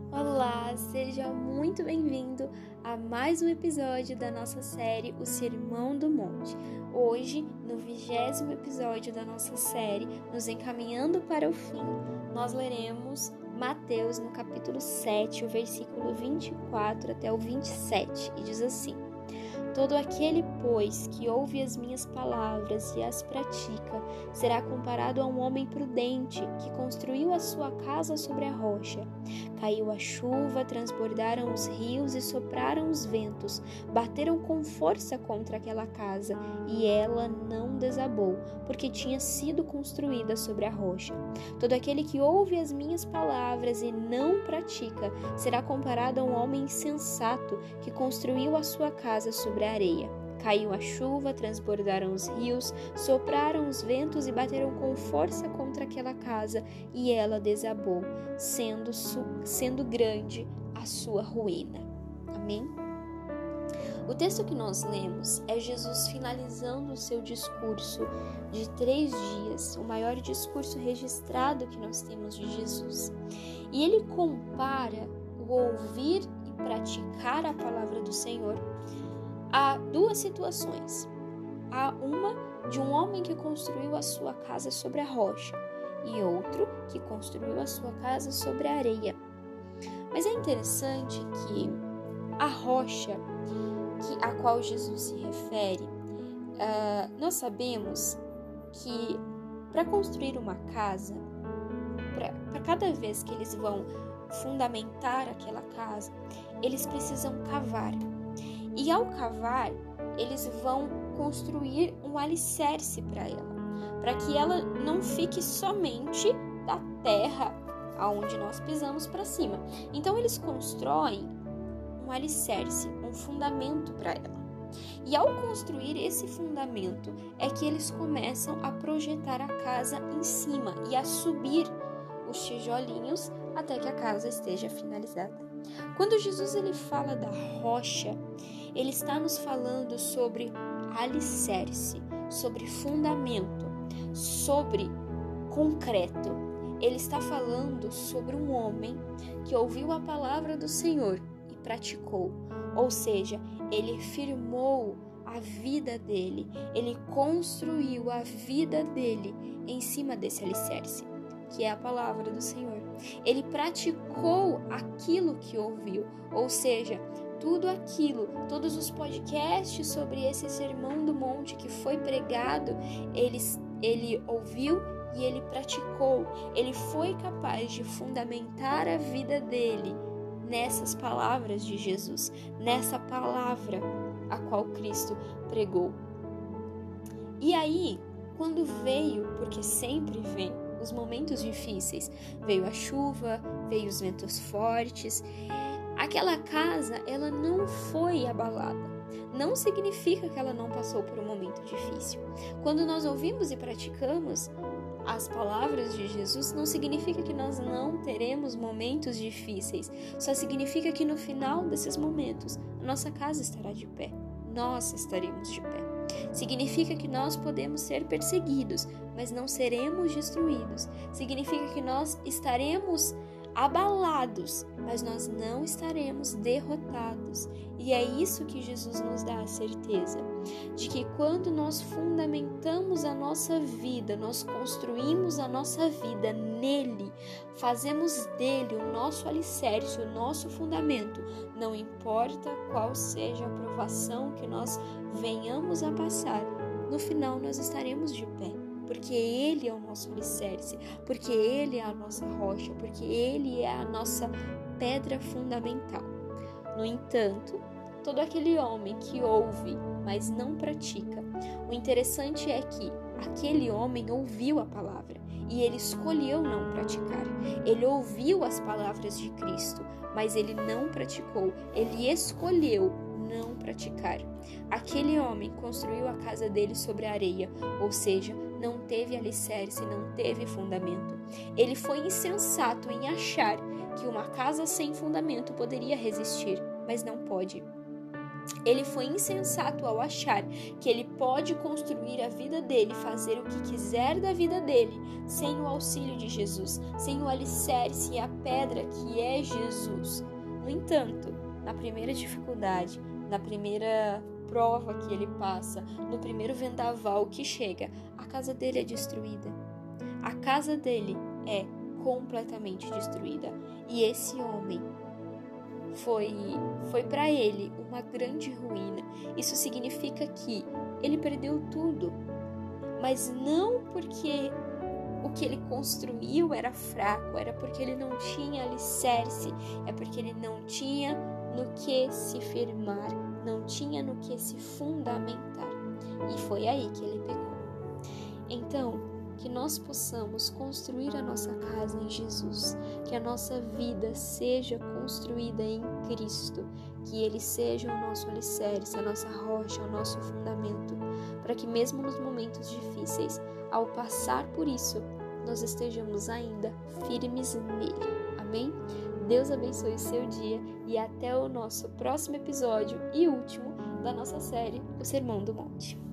Olá, seja muito bem-vindo a mais um episódio da nossa série O Sermão do Monte. Hoje, no 20º episódio da nossa série, nos encaminhando para o fim, nós leremos Mateus no capítulo 7, o versículo 24 até o 27, e diz assim: Todo aquele, pois, que ouve as minhas palavras e as pratica, será comparado a um homem prudente que construiu a sua casa sobre a rocha. Caiu a chuva, transbordaram os rios e sopraram os ventos, bateram com força contra aquela casa, e ela não desabou, porque tinha sido construída sobre a rocha. Todo aquele que ouve as minhas palavras e não pratica, será comparado a um homem insensato que construiu a sua casa sobre a areia. Caiu a chuva, transbordaram os rios, sopraram os ventos e bateram com força contra aquela casa, e ela desabou, sendo grande a sua ruína. Amém? O texto que nós lemos é Jesus finalizando o seu discurso de 3 dias, o maior discurso registrado que nós temos de Jesus. E ele compara o ouvir e praticar a palavra do Senhor a 2 situações. Há uma de um homem que construiu a sua casa sobre a rocha e outro que construiu a sua casa sobre a areia. Mas é interessante que a rocha a qual Jesus se refere, nós sabemos que para construir uma casa, para cada vez que eles vão fundamentar aquela casa, eles precisam cavar. E ao cavar, eles vão construir um alicerce para ela, para que ela não fique somente da terra aonde nós pisamos para cima. Então eles constroem um alicerce, um fundamento para ela. E ao construir esse fundamento é que eles começam a projetar a casa em cima e a subir os tijolinhos até que a casa esteja finalizada. Quando Jesus ele fala da rocha, ele está nos falando sobre alicerce, sobre fundamento, sobre concreto. Ele está falando sobre um homem que ouviu a palavra do Senhor e praticou, ou seja, ele firmou a vida dele, ele construiu a vida dele em cima desse alicerce, que é a palavra do Senhor. Ele praticou aquilo que ouviu, ou seja, tudo aquilo, todos os podcasts sobre esse Sermão do Monte que foi pregado, ele ouviu e ele praticou. Ele foi capaz de fundamentar a vida dele nessas palavras de Jesus, nessa palavra a qual Cristo pregou. E aí, quando veio, porque sempre vem os momentos difíceis, veio a chuva, veio os ventos fortes, aquela casa, ela não foi abalada. Não significa que ela não passou por um momento difícil. Quando nós ouvimos e praticamos as palavras de Jesus, não significa que nós não teremos momentos difíceis. Só significa que no final desses momentos, a nossa casa estará de pé. Nós estaremos de pé. Significa que nós podemos ser perseguidos, mas não seremos destruídos. Significa que nós estaremos abalados, mas nós não estaremos derrotados. E é isso que Jesus nos dá a certeza, de que quando nós fundamentamos a nossa vida, nós construímos a nossa vida nele, fazemos dele o nosso alicerce, o nosso fundamento, não importa qual seja a provação que nós venhamos a passar, no final nós estaremos de pé. Porque Ele é o nosso alicerce, porque Ele é a nossa rocha, porque Ele é a nossa pedra fundamental. No entanto, todo aquele homem que ouve, mas não pratica, o interessante é que aquele homem ouviu a palavra e ele escolheu não praticar. Ele ouviu as palavras de Cristo, mas ele não praticou, ele escolheu não praticar. Aquele homem construiu a casa dele sobre a areia, ou seja, não teve alicerce, não teve fundamento. Ele foi insensato em achar que uma casa sem fundamento poderia resistir, mas não pode. Ele foi insensato ao achar que ele pode construir a vida dele, fazer o que quiser da vida dele, sem o auxílio de Jesus, sem o alicerce e a pedra que é Jesus. No entanto, na primeira dificuldade, na primeira prova que ele passa, no primeiro vendaval que chega, a casa dele é destruída. A casa dele é completamente destruída. E esse homem foi para ele uma grande ruína. Isso significa que ele perdeu tudo, mas não porque o que ele construiu era fraco, era porque ele não tinha alicerce, é porque ele não tinha no que se firmar, não tinha no que se fundamentar. E foi aí que ele pecou. Então, que nós possamos construir a nossa casa em Jesus, que a nossa vida seja construída em Cristo, que Ele seja o nosso alicerce, a nossa rocha, o nosso fundamento, para que mesmo nos momentos difíceis, ao passar por isso, nós estejamos ainda firmes nele. Amém? Deus abençoe o seu dia e até o nosso próximo episódio e último da nossa série, O Sermão do Monte.